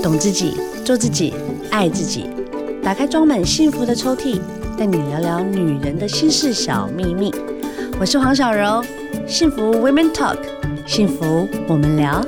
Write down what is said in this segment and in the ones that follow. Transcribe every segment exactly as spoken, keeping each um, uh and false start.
懂自己，做自己，爱自己。打开装满幸福的抽屉，带你聊聊女人的心事小秘密。我是黄小柔，幸福 Women Talk， 幸福我们聊。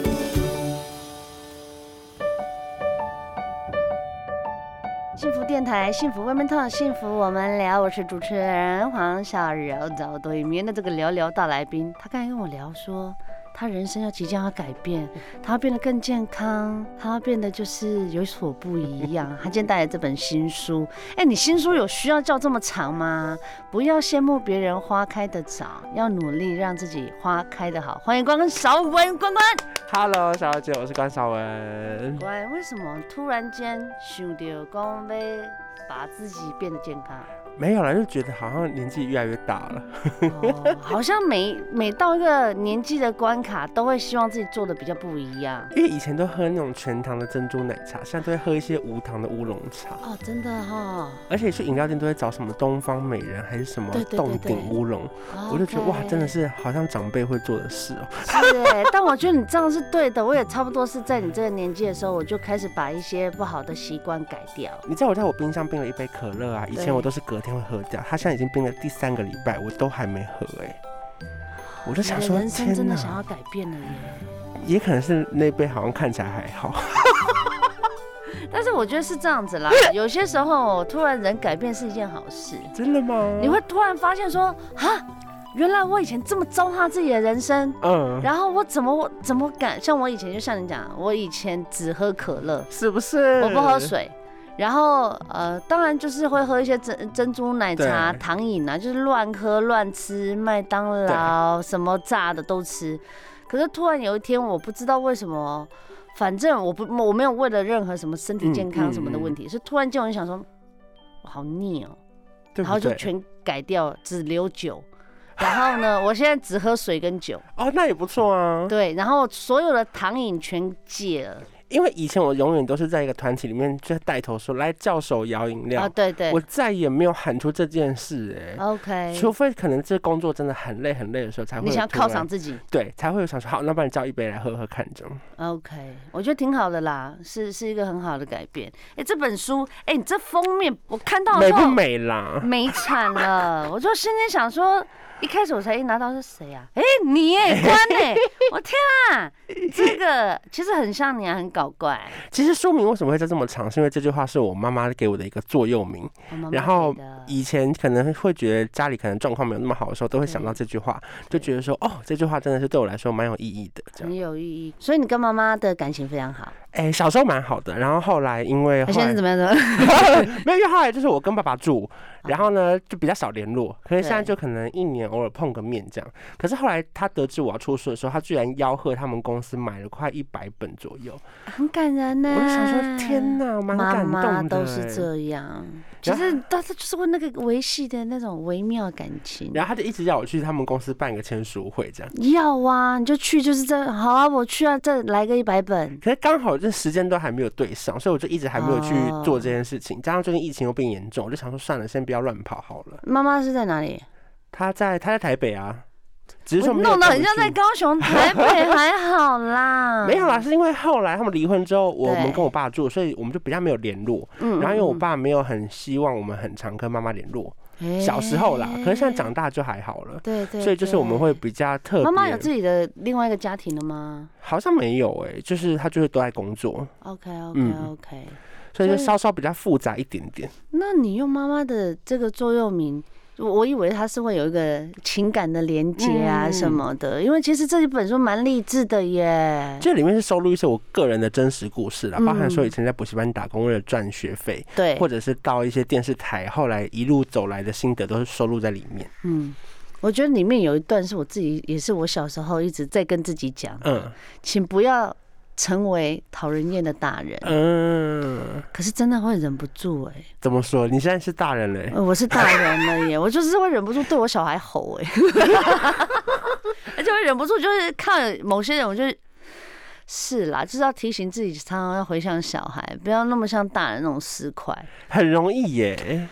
幸福电台，幸福 Women Talk， 幸福我们聊。我是主持人黄小柔。找对面的这个聊聊大来宾，他刚才跟我聊说，他人生要即将要改变，他要变得更健康，他要变得就是有所不一样。他今天带来这本新书，哎、欸，你新书有需要叫这么长吗？不要羡慕别人花开的早，要努力让自己花开的好。欢迎关少文关关。 Hello， 小姐，我是关少文。 关，为什么突然间想到讲要把自己变得健康？ 没有啦，就觉得好像年纪越来越大了。 哦、好像每每到一个年纪的关卡，都会希望自己做的比较不一样。 因为以前都喝那种全糖的珍珠奶茶，现在都会喝一些无糖的乌龙茶。 哦，真的哈、哦。 而且去饮料店都会找什么东方美人，还是什么洞顶乌龙，我就觉得哇，真的是好像长辈会做的事哦。 是哎，但我觉得你这样是对的。我也差不多是在你这个年纪的时候，我就开始把一些不好的习惯改掉。 你知道我在我冰箱冰了一杯可乐啊，以前我都是隔天会喝掉，它现在已经冰了第三个礼拜，我都还没喝哎、欸。我就想说， 人生真的想要改变了耶。 也可能是那杯好像看起来还好。 但是我觉得是这样子啦，有些时候突然人改变是一件好事。 真的吗？ 你会突然发现说，哈，原来我以前这么糟蹋自己的人生，嗯，然后我怎么我怎么敢？像我以前就像你讲，我以前只喝可乐， 是不是？ 我不喝水。然后呃，当然就是会喝一些珍珍珠奶茶、糖饮啊，就是乱喝乱吃，麦当劳什么炸的都吃。可是突然有一天，我不知道为什么，反正我不我没有为了任何什么身体健康什么的问题，嗯嗯、是突然间我就想说，我好腻哦、喔，然后就全改掉，只留酒。然后呢，我现在只喝水跟酒。 哦，那也不错啊。 对，然后所有的糖饮全戒了。 因为以前我永远都是在一个团体里面，就带头说来叫手摇饮料、 哦、对对， 我再也没有喊出这件事哎、 欸。OK， 除非可能这工作真的很累很累的时候才会。 你想犒赏自己， 对，才会有想说好，那不然叫一杯来喝喝看这样。 OK， 我觉得挺好的啦，是是一个很好的改变。哎、欸，这本书，哎、欸，你这封面我看到的时候美不美啦？ 美惨了，我就心里想说。一开始我才一拿到是谁啊？哎、欸，你耶，关哎！我天啊，这个其实很像你啊，很搞怪。 其实书名为什么会这么长？是因为这句话是我妈妈给我的一个座右铭。然后以前可能会觉得家里可能状况没有那么好的时候，都会想到这句话，就觉得说哦，这句话真的是对我来说蛮有意义的， 很有意义。所以你跟妈妈的感情非常好。 哎、欸，小时候蛮好的，然后后来因为后来现在怎么样？怎么样？ 没有，因为后来就是我跟爸爸住，然后呢就比较少联络，可是现在就可能一年偶尔碰个面这样。可是后来他得知我要出书的时候，他居然吆喝他们公司买了快一百本左右， 很感人呢、欸。 我就想说，天哪，蛮感动的、欸。 妈妈都是这样，其实他就是问那个维系的那种微妙感情。 然后他就一直要我去他们公司办一个签书会，这样。 要啊，你就去，就是这好啊，我去啊，再来个一百本。 可是刚好这时间都还没有对上，所以我就一直还没有去做这件事情。哦、加上最近疫情又变严重，我就想说算了，先不要乱跑好了。 妈妈是在哪里？ 她在，她在台北啊。只是说弄得很像在高雄、台北还好啦。 没有啦，是因为后来他们离婚之后，我们跟我爸住，所以我们就比较没有联络。嗯，然后因为我爸没有很希望我们很常跟妈妈联络。小时候啦，可是现在长大就还好了。 对 对， 对， 所以就是我们会比较特别。 妈妈有自己的另外一个家庭了吗？ 好像没有哎、欸，就是她就是都在工作。 OK OK OK，、嗯、 所以就稍稍比较复杂一点点。 那你用妈妈的这个座右铭，我以为它是会有一个情感的连接啊什么的，嗯、因为其实这一本书蛮励志的耶。 这里面是收录一些我个人的真实故事啦，嗯、包含说以前在补习班打工为了赚学费，对，或者是到一些电视台，后来一路走来的心得都是收录在里面。嗯。 我觉得里面有一段是我自己，也是我小时候一直在跟自己讲，嗯，请不要成为讨人厌的大人，嗯，可是真的会忍不住哎、欸。 怎么说？你现在是大人了、欸？ 我是大人了耶，我就是会忍不住对我小孩吼哎、欸，而且会忍不住就是看某些人，我就。是啦，就是要提醒自己，常常要回向小孩，不要那么像大人那种死块。 很容易耶。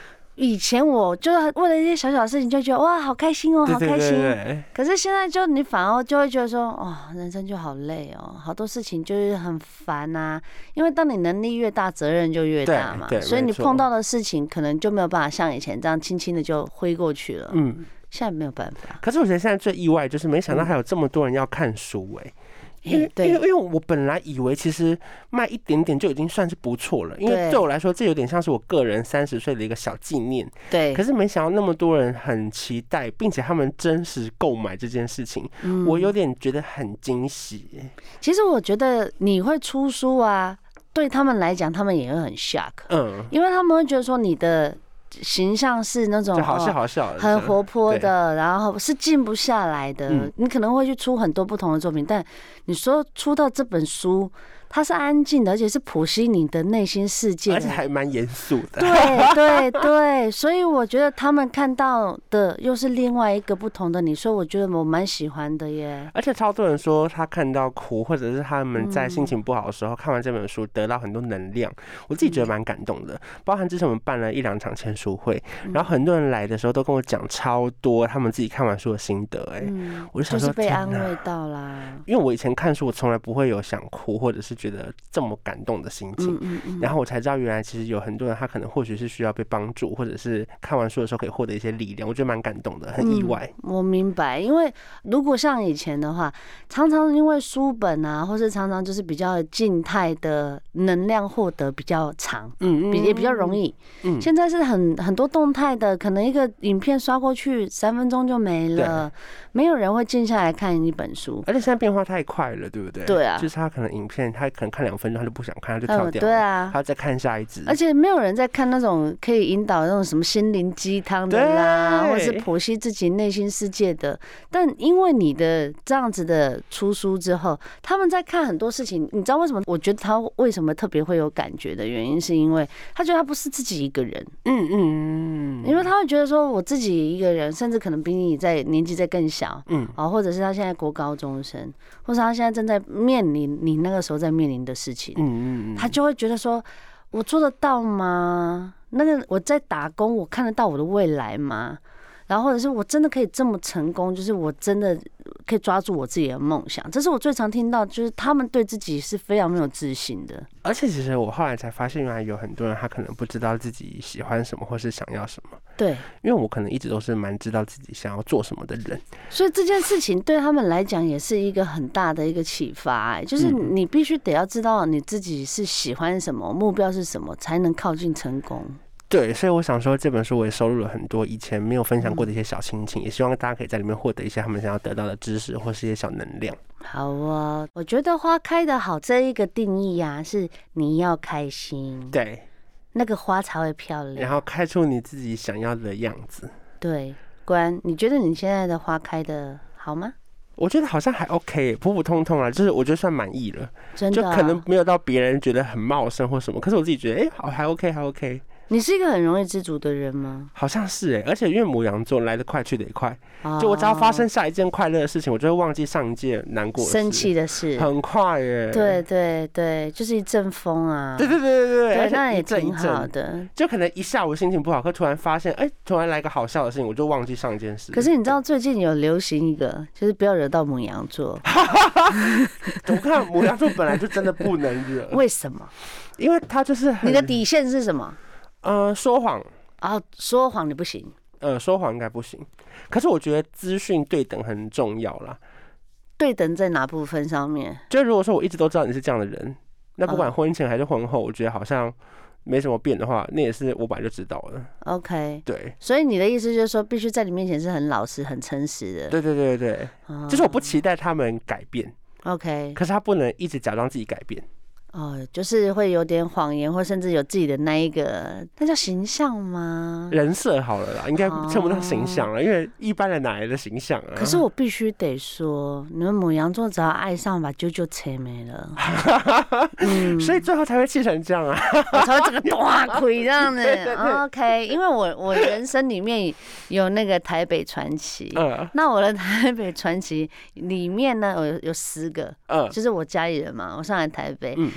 以前我就为了一些小小的事情就觉得哇好开心哦，好开心。对对对，可是现在就你反而就会觉得说，哦，人生就好累哦，好多事情就是很烦啊。因为当你能力越大，责任就越大嘛，所以你碰到的事情可能就没有办法像以前这样轻轻的就挥过去了。嗯，现在没有办法。 可是我觉得现在最意外就是没想到还有这么多人要看书哎、欸。因为因为因为我本来以为其实卖一点点就已经算是不错了，因为对我来说这有点像是我个人三十岁的一个小纪念。 对。 可是没想到那么多人很期待，并且他们真实购买这件事情，嗯、我有点觉得很惊喜。 其实我觉得你会出书啊，对他们来讲，他们也会很 shock。嗯。因为他们会觉得说你的形象是那种好笑好笑的、 很活泼的，然后是静不下来的、嗯。你可能会去出很多不同的作品，但你说出到这本书，它是安静的，而且是剖析你的内心世界， 而且还蛮严肃的。 对对对，所以我觉得他们看到的又是另外一个不同的你，所以我觉得我蛮喜欢的耶。 而且超多人说他看到哭，或者是他们在心情不好的时候、嗯、看完这本书得到很多能量，我自己觉得蛮感动的。包含之前我们办了一两场签书会，然后很多人来的时候都跟我讲超多他们自己看完书的心得，哎、嗯，我就想说就是被安慰到啦。 因为我以前看书，我从来不会有想哭或者是觉得这么感动的心情，嗯嗯嗯，然后我才知道原来其实有很多人他可能或许是需要被帮助，或者是看完书的时候可以获得一些力量，我觉得蛮感动的，很意外、 嗯。我明白，因为如果像以前的话，常常因为书本啊，或是常常就是比较静态的能量获得比较长，嗯嗯，也比较容易。嗯，现在是很很多动态的，可能一个影片刷过去三分钟就没了，没有人会静下来看一本书。 而且现在变化太快了，对不对？ 对啊， 就是他可能影片，他可能看两分钟他就不想看，他就跳掉了。嗯、 对啊， 他再看下一支。 而且没有人在看那种可以引导那种什么心灵鸡汤的啦，或是剖析自己内心世界的。但因为你的这样子的出书之后，他们在看很多事情。你知道为什么？我觉得他为什么特别会有感觉的原因，是因为他觉得他不是自己一个人。嗯嗯嗯。因为他会觉得说，我自己一个人，甚至可能比你在年纪再更小，嗯，啊，或者是他现在国高中生，或者他现在正在面临你那个时候在面临的事情，嗯嗯嗯，他就会觉得说，我做得到吗？那个我在打工，我看得到我的未来吗？然后或者是我真的可以这么成功，就是我真的可以抓住我自己的梦想，这是我最常听到，就是他们对自己是非常没有自信的。 而且其实我后来才发现，原来有很多人他可能不知道自己喜欢什么或是想要什么。 对， 因为我可能一直都是蛮知道自己想要做什么的人， 所以这件事情对他们来讲也是一个很大的一个启发、欸，就是你必须得要知道你自己是喜欢什么，目标是什么，才能靠近成功。 对，所以我想说这本书我也收录了很多以前没有分享过的一些小心情，也希望大家可以在里面获得一些他们想要得到的知识或是一些小能量。 好哦，我觉得花开得好这一个定义啊，是你要开心， 对， 那个花才会漂亮， 然后开出你自己想要的样子。 对，关，你觉得你现在的花开得好吗？ 我觉得好像还 OK， 普普通通啦，就是我觉得算满意了， 真的、啊， 就可能没有到别人觉得很茂盛或什么，可是我自己觉得，哎、欸，好，还 OK， 还 OK。 你是一个很容易知足的人吗？ 好像是哎、欸，而且因为牡羊座来得快去得也快，就我只要发生下一件快乐的事情，我就会忘记上一件难过的事、 生气的事， 很快耶、欸。 对对对，就是一阵风啊。 对对对对对， 对，那也挺好的。 就可能一下午心情不好，可突然发现，哎、欸，突然来个好笑的事情，我就忘记上一件事。 可是你知道最近有流行一个，就是不要惹到牡羊座。 我看牡羊座本来就真的不能惹。 为什么？ 因为他就是你的底线是什么？ 呃，说谎啊，说谎你不行。 呃，说谎应该不行。可是我觉得资讯对等很重要啦。 对等在哪部分上面？ 就如果说我一直都知道你是这样的人，那不管婚前还是婚后，我觉得好像没什么变的话，那也是我本来就知道了。 OK， 对。 所以你的意思就是说，必须在你面前是很老实、很诚实的。 对对对对对，哦、就是我不期待他们改变。 OK， 可是他不能一直假装自己改变。 哦，就是会有点谎言，或甚至有自己的那一个，那叫形象吗？ 人设好了啦，应该称不上形象了、哦，因为一般人哪来的形象啊？ 可是我必须得说，你们牡羊座只要爱上，把啾啾切没了， 嗯，所以最后才会气成这样啊， 我才会这个大亏这样子。对对对 OK， 因为我我人生里面有那个台北传奇，嗯，那我的台北传奇里面呢，有有十个，嗯，就是我家里人嘛，我上来台北，嗯。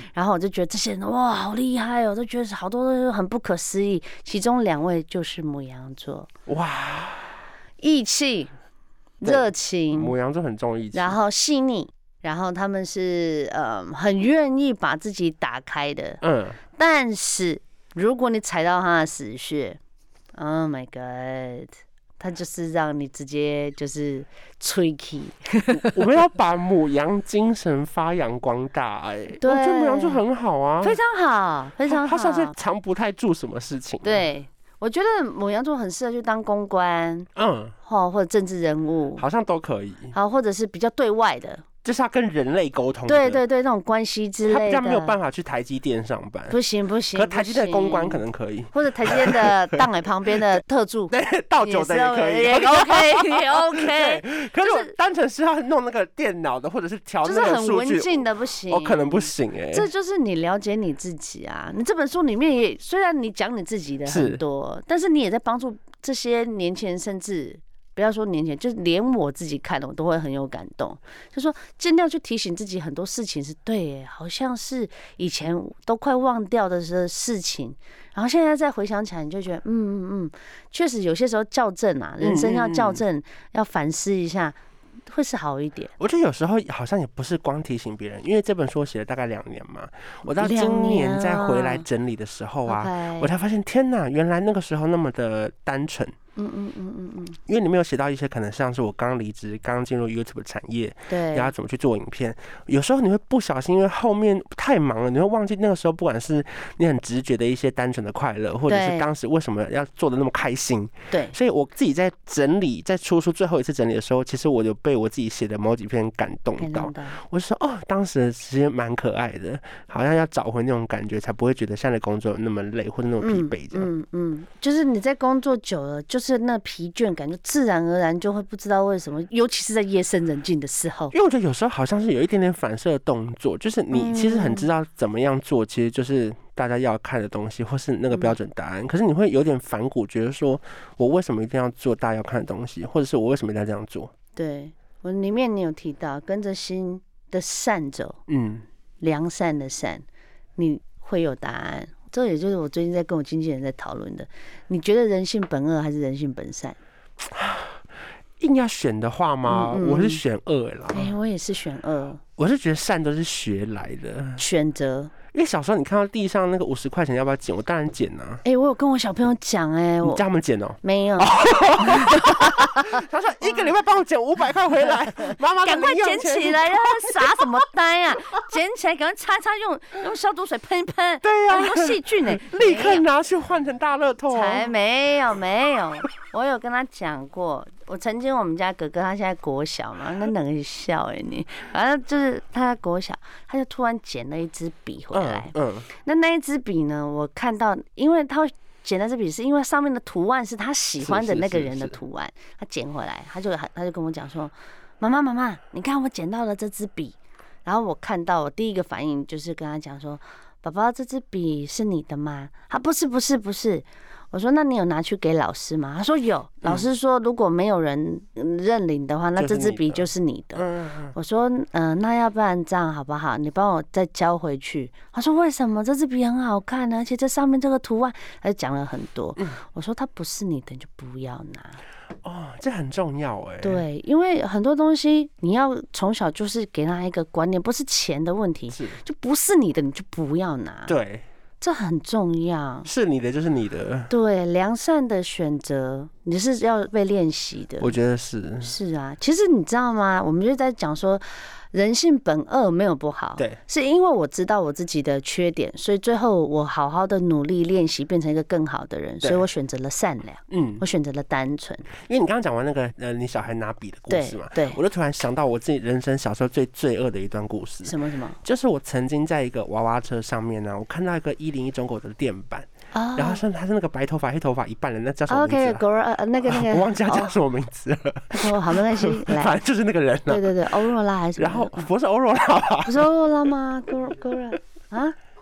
然后我就觉得这些人哇好厉害哦，都觉得好多都很不可思议。其中两位就是牡羊座，哇，义气、热情， 牡羊座很重义气， 然后细腻。然后他们是呃很愿意把自己打开的，嗯，但是如果你踩到他的死穴 ，Oh my God， 他就是让你直接就是吹气。 我们要把牡羊精神发扬光大、欸，哎，我觉得牡羊座很好啊， 非常好，非常好。 他算是藏不太住什么事情、啊， 对。我觉得牡羊座很适合去当公关，嗯，或或者政治人物， 好像都可以。 好，或者是比较对外的。 就是要跟人类沟通的， 对对对，那种关系之类的， 他比较没有办法去台积电上班， 不行不行。 可台积电的公关可能可以， 或者台积电的档案旁边的特助， 对，倒酒的也可以， 也 OK 也 OK。 可是单纯是要弄那个电脑的，或者是调那个数据， 就是很文静的不行， 我可能不行哎、欸。 这就是你了解你自己啊！你这本书里面也虽然你讲你自己的很多，但是你也在帮助这些年轻人，甚至。不要说年前，就是连我自己看了，我都会很有感动。就说尽量去提醒自己，很多事情是对耶，好像是以前都快忘掉的事情，然后现在再回想起来，你就觉得，嗯嗯嗯，确实有些时候校正啊，人生要校正，嗯嗯嗯要反思一下。会是好一点。 我觉得有时候好像也不是光提醒别人，因为这本书我写了大概两年嘛，我到今年再回来整理的时候啊，啊我才发现天哪，原来那个时候那么的单纯。嗯嗯嗯嗯嗯，因为你没有写到一些可能像是我刚离职、刚进入 YouTube 产业，对，然后怎么去做影片。有时候你会不小心，因为后面太忙了，你会忘记那个时候，不管是你很直觉的一些单纯的快乐，或者是当时为什么要做的那么开心。对，所以我自己在整理，在出书最后一次整理的时候，其实我有被我自己写的某几篇感动到。我就说哦，当时的时间蛮可爱的，好像要找回那种感觉，才不会觉得现在的工作那么累或者那种疲惫这样。嗯 嗯, 嗯， 就是你在工作久了，就是是那疲倦感，就自然而然就会不知道为什么，尤其是在夜深人静的时候。 因为我觉得有时候好像是有一点点反射动作，就是你其实很知道怎么样做，其实就是大家要看的东西，或是那个标准答案。可是你会有点反骨，觉得说我为什么一定要做大家要看的东西，或者是我为什么一定要这样做？ 对，我里面你有提到跟着心的善走，嗯，良善的善，你会有答案。这也就是我最近在跟我经纪人在讨论的。你觉得人性本恶还是人性本善？ 硬要选的话吗？嗯嗯我是选恶啦。 哎、欸，我也是选恶。 我是觉得善都是学来的， 选择。因为小时候你看到地上那个五十块钱要不要捡？我当然捡啊。 哎、欸，我有跟我小朋友讲，哎， 你叫他们捡哦、喔？ 没有。 他说一个礼拜帮我捡五百块回来，妈妈赶快捡起来呀！傻什么呆啊？捡起来赶快擦擦，用用消毒水喷一喷。 对呀、 啊，用细菌呢、 欸，立刻拿去换成大乐透、喔。 才没有没有，我有跟他讲过。我曾经我们家哥哥他现在国小嘛，那冷一笑哎、欸、你，反正就是他在国小，他就突然捡了一支笔回来。嗯，嗯那那一支笔呢，我看到，因为他捡那支笔是因为上面的图案是他喜欢的那个人的图案，他捡回来，他就他就跟我讲说，妈妈妈妈，你看我捡到了这支笔。然后我看到，我第一个反应就是跟他讲说，宝宝，这支笔是你的吗？他不是不是不是。我说那你有拿去给老师吗？他说有，老师说如果没有人认领的话，那这支笔就是你的。嗯、我说嗯、呃，那要不然这样好不好？你帮我再交回去。他说为什么？这支笔很好看呢，而且这上面这个图案，他就讲了很多。嗯、我说它不是你的，你就不要拿。 哦，这很重要哎。 对，因为很多东西你要从小就是给他一个观念，不是钱的问题，就不是你的你就不要拿。 对。 这很重要， 是你的就是你的。 对，良善的选择你是要被练习的。 我觉得是。 是啊，其实你知道吗？我们就在讲说，人性本恶没有不好，对，是因为我知道我自己的缺点，所以最后我好好的努力练习，变成一个更好的人，所以我选择了善良，嗯，我选择了单纯。 因为你刚刚讲完那个呃，你小孩拿笔的故事嘛，对，我就突然想到我自己人生小时候最罪恶的一段故事。 什么什么？ 就是我曾经在一个娃娃车上面呢、啊，我看到一个一零一中国的电板。Oh. 然后是他是那个白头发黑头发一半人，那叫什么名字、啊 ？OK， 呃，那个那个， 我忘记他叫什么名字了。 哦，好，没关系， 反正就是那个人、啊。 对对对，欧若拉还是什么？ 然后不是欧若拉吧？ 不是欧若拉吗？Gora Gora 啊？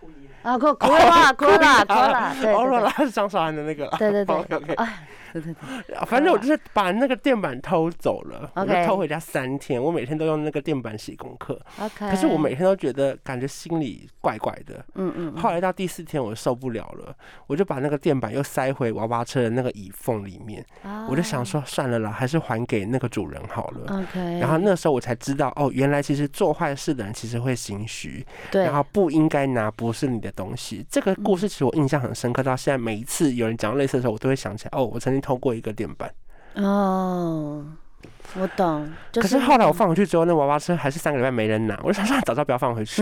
啊，可可啦，可啦，可啦，对， 欧若拉是张韶涵的那个， 对对对 ，OK OK， 哎，对对对， 反正我就是把那个垫板偷走了， okay. 我就偷回家三天，我每天都用那个垫板写功课 ，OK， 可是我每天都觉得感觉心里怪怪的， 嗯嗯， 后来到第四天我受不了了，我就把那个垫板又塞回娃娃车的那个椅缝里面，哦、我就想说算了啦，还是还给那个主人好了 ，OK， 然后那时候我才知道，哦，原来其实做坏事的人其实会心虚， 对， 然后不应该拿不是你的东西。这个故事其实我印象很深刻，到现在每一次有人讲类似的时候，我都会想起来，哦，我曾经偷过一个垫板。 哦，我懂。就是、 可是后来我放回去之后，那娃娃车还是三个礼拜没人拿，我就想说早知道不要放回去。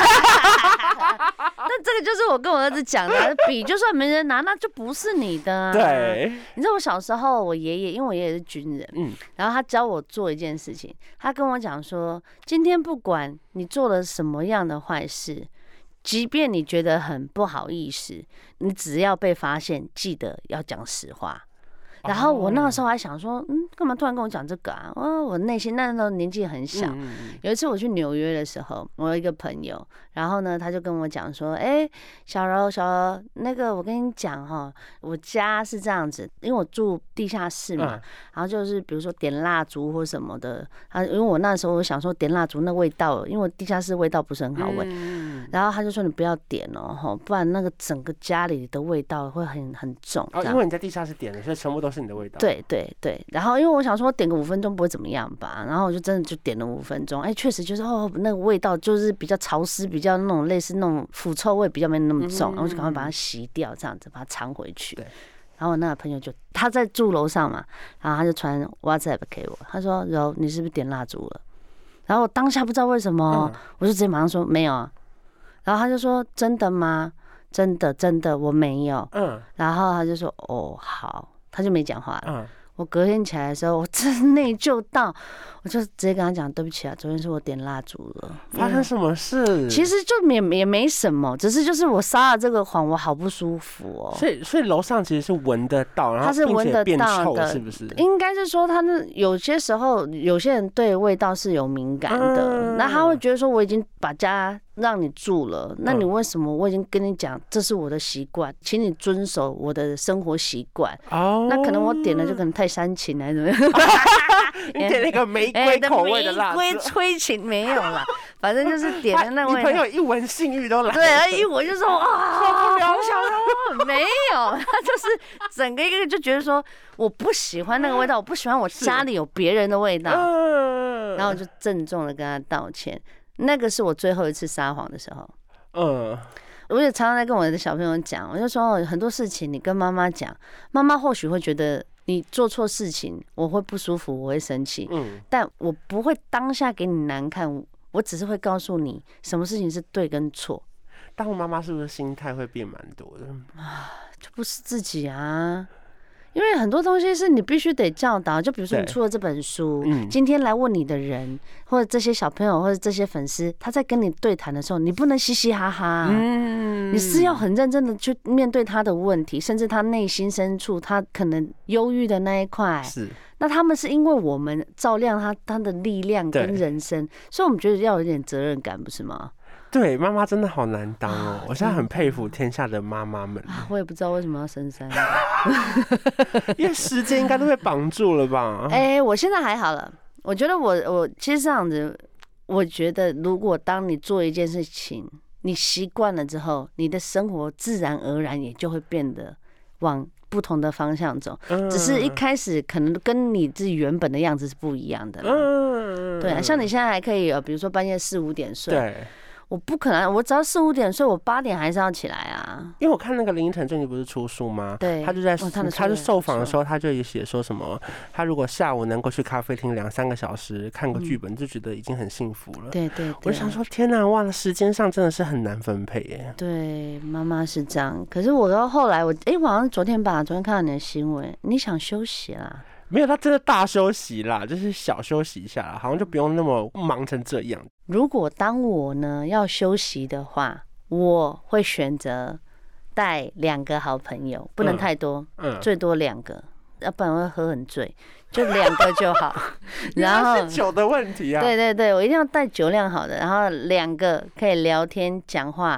但这个就是我跟我儿子讲的，笔就算没人拿，那就不是你的、啊。 对， 你知道我小时候，我爷爷因为我爷爷是军人，嗯，然后他教我做一件事情，他跟我讲说，今天不管你做了什么样的坏事，即便你觉得很不好意思，你只要被发现，记得要讲实话。然后我那个时候还想说，嗯，干嘛突然跟我讲这个啊？哦，我内心那时候年纪很小。有一次我去纽约的时候，我有一个朋友，然后呢，他就跟我讲说，哎，小柔，小柔，那个我跟你讲哈，我家是这样子，因为我住地下室嘛，然后就是比如说点蜡烛或什么的，啊，因为我那时候我想说点蜡烛那味道，因为我地下室味道不是很好闻，然后他就说你不要点哦，不然那个整个家里的味道会很很重。 哦，因为你在地下室点的，所以全部都是你的味道。 对对对，然后因为我想说点个五分钟不会怎么样吧，然后我就真的就点了五分钟，哎，确实就是哦，那个味道就是比较潮湿，比较那种类似那种腐臭味比较没那么重，然后我就赶快把它洗掉，这样子把它藏回去。对。然后我那个朋友就他在住楼上嘛，然后他就传 WhatsApp 给我，他说柔，你是不是点蜡烛了？然后我当下不知道为什么，嗯、我就直接马上说没有啊。然后他就说真的吗？真的真的我没有。嗯。然后他就说哦好。他就没讲话了。嗯，我隔天起来的时候，我真内疚到，我就直接跟他讲对不起啊，昨天是我点蜡烛了。 发生什么事？ 其实就也也没什么，只是就是我撒了这个谎，我好不舒服哦。 所以所以楼上其实是闻得到，然后他是闻得到的， 是不是？ 应该是说他那有些时候有些人对味道是有敏感的，嗯、那他会觉得说我已经把家让你住了，那你为什么？我已经跟你讲，这是我的习惯，请你遵守我的生活习惯。哦，那可能我点了就可能太煽情还是怎么样？ 你点了一个玫瑰口味的蜡烛， 玫瑰催情没有啦，反正就是点的那味。 你朋友一闻性欲都来了。 对，一闻就说啊，受不了，小柔没有，他就是整个一个就觉得说我不喜欢那个味道，我不喜欢我家里有别人的味道，然后我就郑重的跟他道歉。那个是我最后一次撒谎的时候，嗯，我也常常在跟我的小朋友讲，我就说很多事情你跟妈妈讲，妈妈或许会觉得你做错事情，我会不舒服，我会生气，嗯，但我不会当下给你难看，我只是会告诉你什么事情是对跟错。 当妈妈是不是心态会变蛮多的啊？就不是自己啊。因为很多东西是你必须得教导，就比如说你出了这本书，嗯、今天来问你的人，或者这些小朋友，或者这些粉丝，他在跟你对谈的时候，你不能嘻嘻哈哈，嗯、你是要很认真的去面对他的问题，甚至他内心深处他可能忧郁的那一块。是，那他们是因为我们照亮他他的力量跟人生，所以我们觉得要有点责任感，不是吗？ 对，妈妈真的好难当哦！我现在很佩服天下的妈妈们。 我也不知道为什么要生三个， 因为时间应该都被绑住了吧？ 哎、欸，我现在还好了。我觉得我我其实这样子，我觉得如果当你做一件事情，你习惯了之后，你的生活自然而然也就会变得往不同的方向走。嗯、只是一开始可能跟你自己原本的样子是不一样的啦。嗯、对啊，像你现在还可以，比如说半夜四五点睡。对。我不可能，我只要四五点睡，我八点还是要起来啊。 因为我看那个林依晨最近不是出书吗？对，他就在、哦、他, 他是受访的时候，他就也写说什么，他如果下午能够去咖啡厅两三个小时看个剧本，嗯、就觉得已经很幸福了。对 对, 对，我就想说，天哪，哇，时间上真的是很难分配耶。 对，妈妈是这样。可是我到后来，我哎、欸，我好像昨天吧，昨天看到你的新闻，你想休息啦？ 没有，他真的大休息啦，就是小休息一下啦，好像就不用那么忙成这样。 如果当我呢要休息的话，我会选择带两个好朋友，不能太多，嗯嗯、最多两个，要不然会喝很醉，就两个就好。然后是酒的问题啊。 对对对，我一定要带酒量好的，然后两个可以聊天讲话。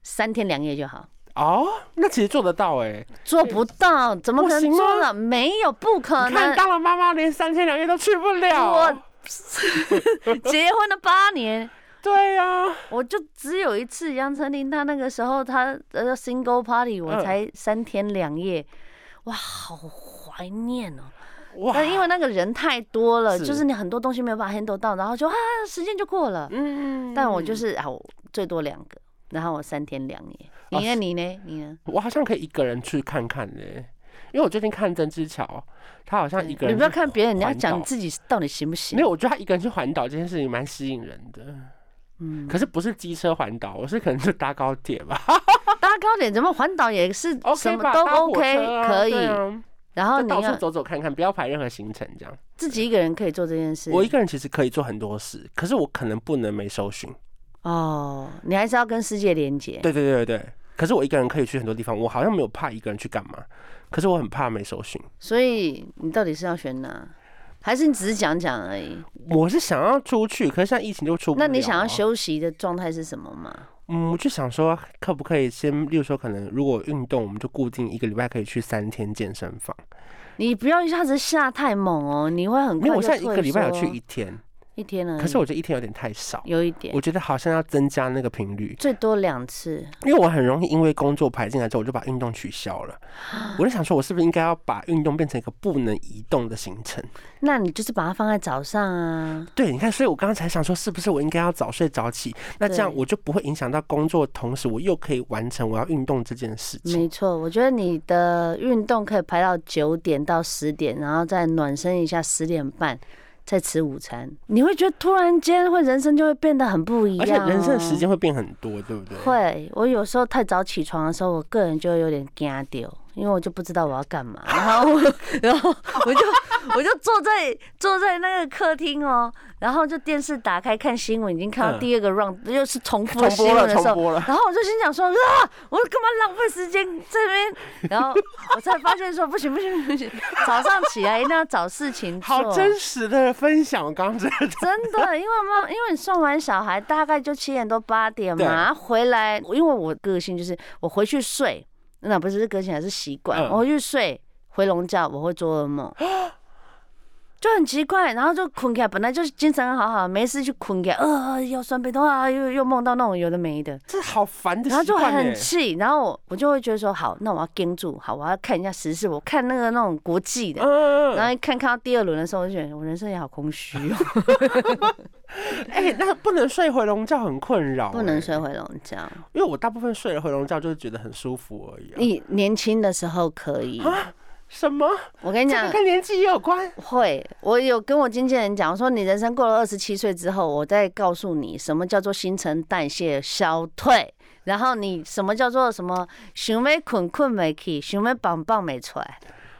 三天两夜就好。 哦，那其实做得到哎、欸， 做不到，怎么可能做到？没有，不可能。 你看，当了妈妈连三天两夜都去不了。 我结婚了八年。 对呀、啊， 我就只有一次杨丞琳，她那个时候她呃 single party， 我才三天两夜，嗯、哇，好怀念哦。哇！但因为那个人太多了，是就是你很多东西没有办法 handle 到，然后就啊，时间就过了。嗯。但我就是啊，我最多两个，然后我三天两夜。你呢？哦、你呢？你呢？ 我好像可以一个人去看看呢、欸，因为我最近看曾之乔，他好像一个人。 你不要看别人，你要讲你自己到底行不行？ 没有，我觉得他一个人去环岛这件事情蛮吸引人的。嗯，可是不是机车环岛，我是可能就搭高铁吧。 搭高铁怎么环岛也是什么都 OK， 啊、 可以。 啊、 然后你到处走走看看，不要排任何行程，这样。 自己一个人可以做这件事。 我一个人其实可以做很多事，可是我可能不能没搜寻。 哦，你还是要跟世界连接。 对对对对。可是我一个人可以去很多地方，我好像没有怕一个人去干嘛，可是我很怕没搜寻。 所以你到底是要选哪？还是你只是讲讲而已？ 我是想要出去，可是现在疫情就出不了、啊。 那你想要休息的状态是什么吗？ 嗯，我就想说，可不可以先，例如说，可能如果运动，我们就固定一个礼拜可以去三天健身房。 你不要一下子下太猛哦，你会很快就退缩。 因为我现在一个礼拜有去一天。 一天而已， 可是我觉得一天有点太少， 有一点， 我觉得好像要增加那个频率， 最多两次。 因为我很容易因为工作排进来之后，我就把运动取消了。我就想说，我是不是应该要把运动变成一个不能移动的行程？ 那你就是把它放在早上啊。 对，你看，所以我刚刚才想说，是不是我应该要早睡早起？那这样我就不会影响到工作的同时，我又可以完成我要运动这件事情。 没错，我觉得你的运动可以排到九点到十点，然后再暖身一下，十点半。再吃午餐，你会觉得突然间会人生就会变得很不一样、哦， 而且人生的时间会变很多，对不对？ 会，我有时候太早起床的时候，我个人就会有点惊掉，因为我就不知道我要干嘛，然后我然后我就我就坐在坐在那个客厅哦，然后就电视打开看新闻，已经看到第二个 round、嗯、又是重复的新闻的时候，然后我就心想说啊，我干嘛浪费时间这边？然后我才发现说不行不行不行，早上起来一定要找事情做。 好真实的分享，我刚刚真的真的，因为妈，因为你送完小孩大概就七点多八点嘛，回来，因为我个性就是我回去睡，那不是个性，还是习惯、嗯，我回去睡回笼觉，我会做噩梦。就很奇怪，然后就困起来，本来就是精神很好好，没事就困起来，呃，腰酸背痛啊，又又梦到那种有的没的， 这好烦的习惯， 然后就很气，然后我我就会觉得说，好，那我要盯住，好，我要看一下时事，我看那个那种国际的，嗯、然后一看看到第二轮的时候，我就觉得我人生也好空虚哦。 哎、欸，那不能睡回笼觉很困扰、欸， 不能睡回笼觉， 因为我大部分睡了回笼觉就是觉得很舒服而已、啊。 你年轻的时候可以。 什么？ 我跟你讲， 跟年纪也有关。 会，我有跟我经纪人讲，我说你人生过了二十七岁之后，我再告诉你什么叫做新陈代谢消退，然后你什么叫做什么想要困困没去，想要棒棒没出来。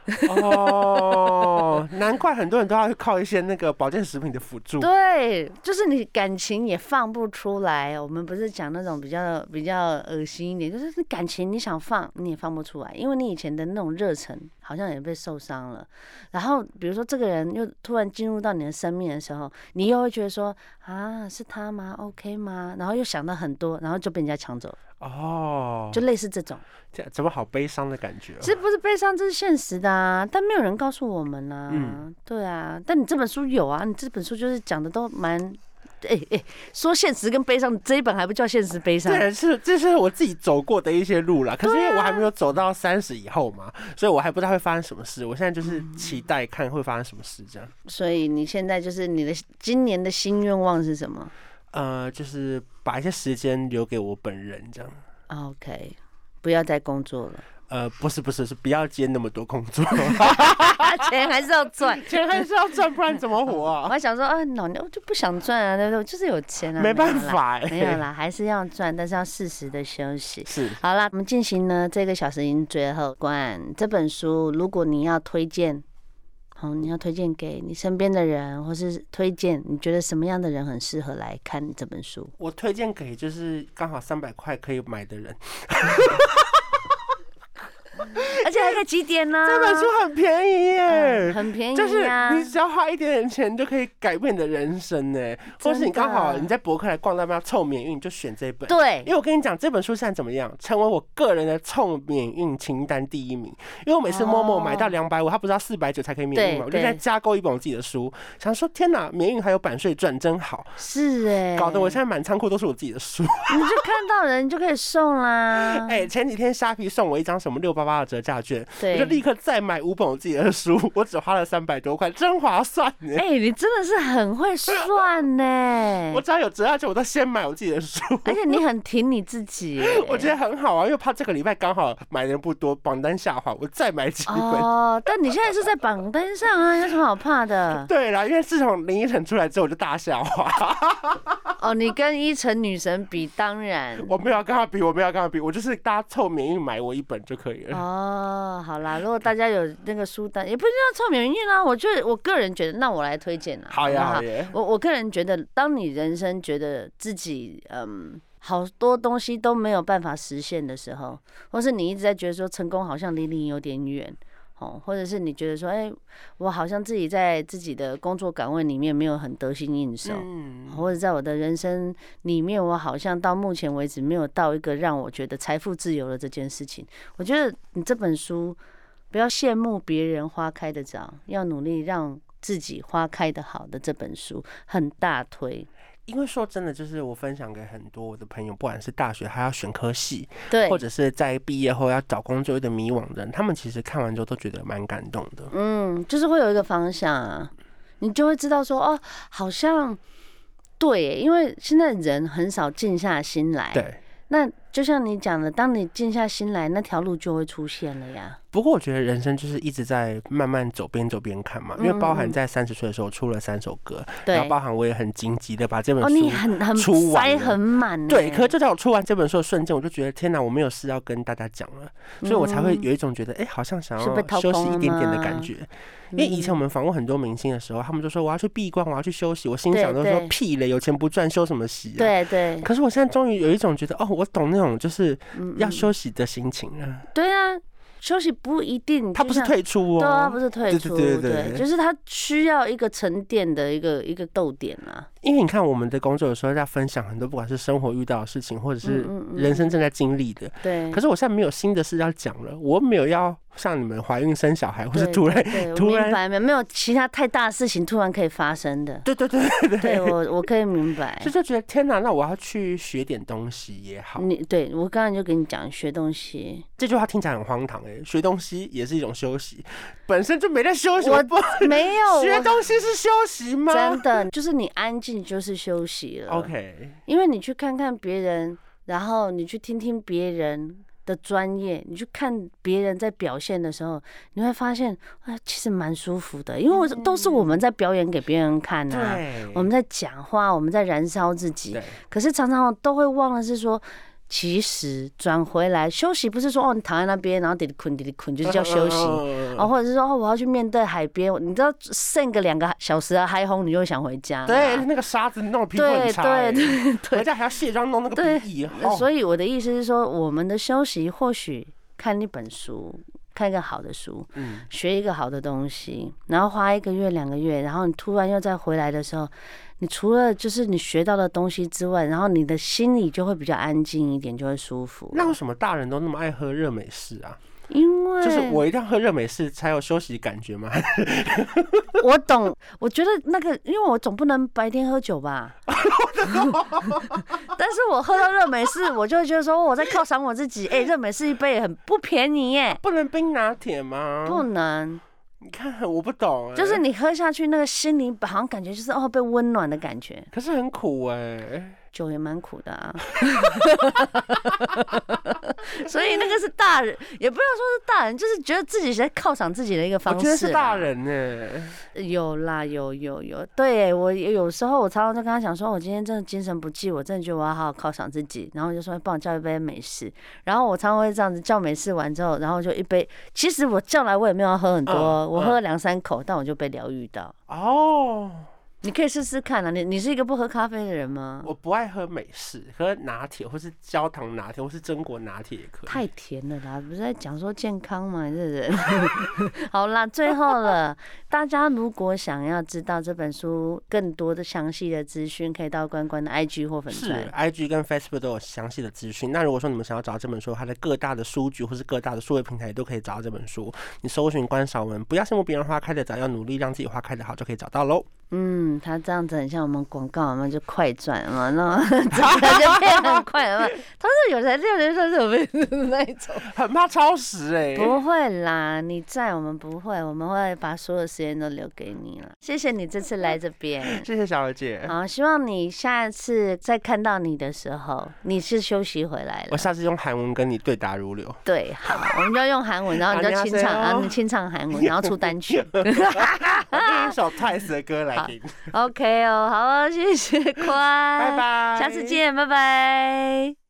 哦，难怪很多人都要靠一些那个保健食品的辅助。 对，就是你感情也放不出来。我们不是讲那种比较比较恶心一点，就是你感情你想放你也放不出来，因为你以前的那种热忱好像也被受伤了。然后比如说这个人又突然进入到你的生命的时候，你又会觉得说啊，是他吗 ？OK 吗？然后又想到很多，然后就被人家抢走。哦，就类似这种， 这怎么好悲伤的感觉、哦？ 其实不是悲伤，这是现实的啊，但没有人告诉我们啊。嗯，对啊，但你这本书有啊，你这本书就是讲的都蛮，哎、欸、哎、欸，说现实跟悲伤，这一本还不叫现实悲伤。 对，是这是我自己走过的一些路啦。可是因为我还没有走到三十以后嘛，所以我还不知道会发生什么事。我现在就是期待看会发生什么事这样。 所以你现在就是你的今年的新愿望是什么？ 呃，就是把一些时间留给我本人，这样。 OK， 不要再工作了。 呃，不是不是，是不要接那么多工作， 钱还是要赚， 钱还是要赚，不然怎么活啊？ 我还想说，啊，老娘就不想赚啊，对不对？我就是有钱啊， 没办法、欸， 没有啦，还是要赚，但是要适时的休息。 是， 好啦，我们进行呢这个小时音最后关这本书，如果你要推荐。好，你要推荐给你身边的人，或是推荐你觉得什么样的人很适合来看这本书？ 我推荐给就是刚好三百块可以买的人， 而且开个几点呢？ 这本书很便宜耶， 嗯、很便宜、啊， 就是你只要花一点点钱就可以改变你的人生呢。或是你刚好你在博客来逛到要凑免运，就选这本。 对， 因为我跟你讲，这本书现在怎么样，成为我个人的凑免运清单第一名。因为我每次某某买到两百五，它不是要四百九才可以免运嘛，我就在加购一本我自己的书，想说天哪，免运还有版税赚，真好。 是哎、欸， 搞得我现在满仓库都是我自己的书。 你就看到人就可以送啦。 哎、欸，前几天虾皮送我一张什么六八八的折价券，我就立刻再买五本我自己的书，我只花了三百多块，真划算呢。 哎、欸，你真的是很会算呢。 我只要有折价券，我都先买我自己的书。 而且你很挺你自己， 我觉得很好啊，因为怕这个礼拜刚好买的人不多，榜单下滑，我再买几本。 哦，但你现在是在榜单上啊，有什么好怕的？ 对啦，因为自从林依晨出来之后，我就大下滑。 哦，你跟依晨女神比，当然我没有要跟她比，我没有要跟她比，我就是大家凑免运买我一本就可以了。 哦，好啦，如果大家有那个书单，也不一定要凑免运啦。我觉得我个人觉得，那我来推荐啦。 好呀，好呀。 我我个人觉得，当你人生觉得自己嗯好多东西都没有办法实现的时候，或是你一直在觉得说成功好像离你有点远。哦，或者是你觉得说，哎、欸，我好像自己在自己的工作岗位里面没有很得心应手，嗯，或者在我的人生里面，我好像到目前为止没有到一个让我觉得财富自由的这件事情。我觉得你这本书不要羡慕别人花开的早，要努力让自己花开的好的这本书很大推。 因为说真的，就是我分享给很多我的朋友，不管是大学还要选科系， 对， 或者是在毕业后要找工作有点迷惘的人，他们其实看完之后都觉得蛮感动的。 嗯，就是会有一个方向啊，你就会知道说，哦，好像对，因为现在人很少静下心来。 对， 那就像你讲的，当你静下心来，那条路就会出现了呀。 不过我觉得人生就是一直在慢慢走，边走边看嘛。因为包含在三十岁的时候出了三首歌，嗯、然后包含我也很紧急的把这本书出完、哦、 你很很塞很满。 对，可是就在我出完这本书的瞬间，我就觉得天哪，我没有事要跟大家讲了，所以我才会有一种觉得，哎、欸，好像想要休息一点点的感觉。因为以前我们访问很多明星的时候，他们就说我要去闭关，我要去休息。我心想都说屁嘞，有钱不赚，休什么息啊？ 对对。 可是我现在终于有一种觉得，哦，我懂那种就是要休息的心情了。 对啊。休息不一定， 他不是退出哦， 对啊，不是退出， 对对对 对, 对，就是他需要一个沉淀的一个一个逗点啊。 因为你看我们的工作有时候要分享很多，不管是生活遇到的事情，或者是人生正在经历的，对、嗯嗯嗯。可是我现在没有新的事要讲了，我没有要像你们怀孕生小孩，或是突然突然明白没有没有其他太大的事情突然可以发生的。 对对对对对， 对我我可以明白。 就就觉得天哪，那我要去学点东西也好。 你对我刚才就跟你讲学东西， 这句话听起来很荒唐哎、欸，学东西也是一种休息，本身就没在休息。 我没有学东西是休息吗？ 真的，就是你安静就是休息了。 OK， 因为你去看看别人，然后你去听听别人的专业，你去看别人在表现的时候，你会发现，哎，其实蛮舒服的，因为都是我们在表演给别人看啊，我们在讲话，我们在燃烧自己，可是常常都会忘了是说。其实转回来休息，不是说哦你躺在那边，然后滴滴困滴滴困，就是叫休息哦，或者是说哦我要去面对海边，你知道剩个两个小时的嗨轰，你就会想回家。 对，那个沙子弄皮肤很差、欸，对对对，回家还要卸妆弄那个鼻翼。 哦、所以我的意思是说，我们的休息或许看一本书。看一个好的书，嗯，学一个好的东西，然后花一个月两个月，然后你突然又再回来的时候，你除了就是你学到的东西之外，然后你的心里就会比较安静一点，就会舒服。 那为什么大人都那么爱喝热美式啊？ 因为就是我一定要喝热美式才有休息感觉吗？ 我懂，我觉得那个，因为我总不能白天喝酒吧。但是我喝到热美式，我就会觉得说我在犒赏我自己。哎、欸，热美式一杯也很不便宜耶。 不能冰拿铁吗？ 不能。 你看，我不懂、欸， 就是你喝下去那个心里好像感觉就是哦被温暖的感觉。 可是很苦哎、欸。 酒也蛮苦的啊，所以那个是大人，也不要说是大人，就是觉得自己在犒赏自己的一个方式。 我觉得是大人呢、 欸，有啦，有有有，对我有时候我常常就跟他讲说，我今天真的精神不济，我真的觉得我要好好犒赏自己，然后就说帮我叫一杯美式，然后我常常会这样子叫美式完之后，然后就一杯，其实我叫来我也没有要喝很多，嗯、我喝了两三口，但我就被疗愈到。 哦。 你可以试试看啊。你你是一个不喝咖啡的人吗？ 我不爱喝美式，喝拿铁或是焦糖拿铁或是榛果拿铁也可以。 太甜了啦，不是在讲说健康吗？这人。好啦，最后了，大家如果想要知道这本书更多的详细的资讯，可以到关关的 I G 或粉专。 是 I G 跟 Facebook 都有详细的资讯。那如果说你们想要找到这本书，它的各大的书局或是各大的数位平台都可以找到这本书。你搜寻关韶文，不要羡慕别人花开的早，要努力让自己花开的好，就可以找到喽。 嗯，他这样子很像我们广告嘛，就快转嘛，那这个就变很快了嘛。他说有才六人说是我们那一种， 很怕超时哎、欸。 不会啦，你在我们不会，我们会把所有时间都留给你了。谢谢你这次来这边， 谢谢小娥姐。 好，希望你下一次再看到你的时候，你是休息回来了。 我下次用韩文跟你对答如流。 对，好，我们就用韩文，然后你就清唱，然后你清唱韩文，然后出单曲。 我念一首 Twice 的歌来。 OK 哦，好哦，谢谢宽， 拜拜， 下次见，拜拜。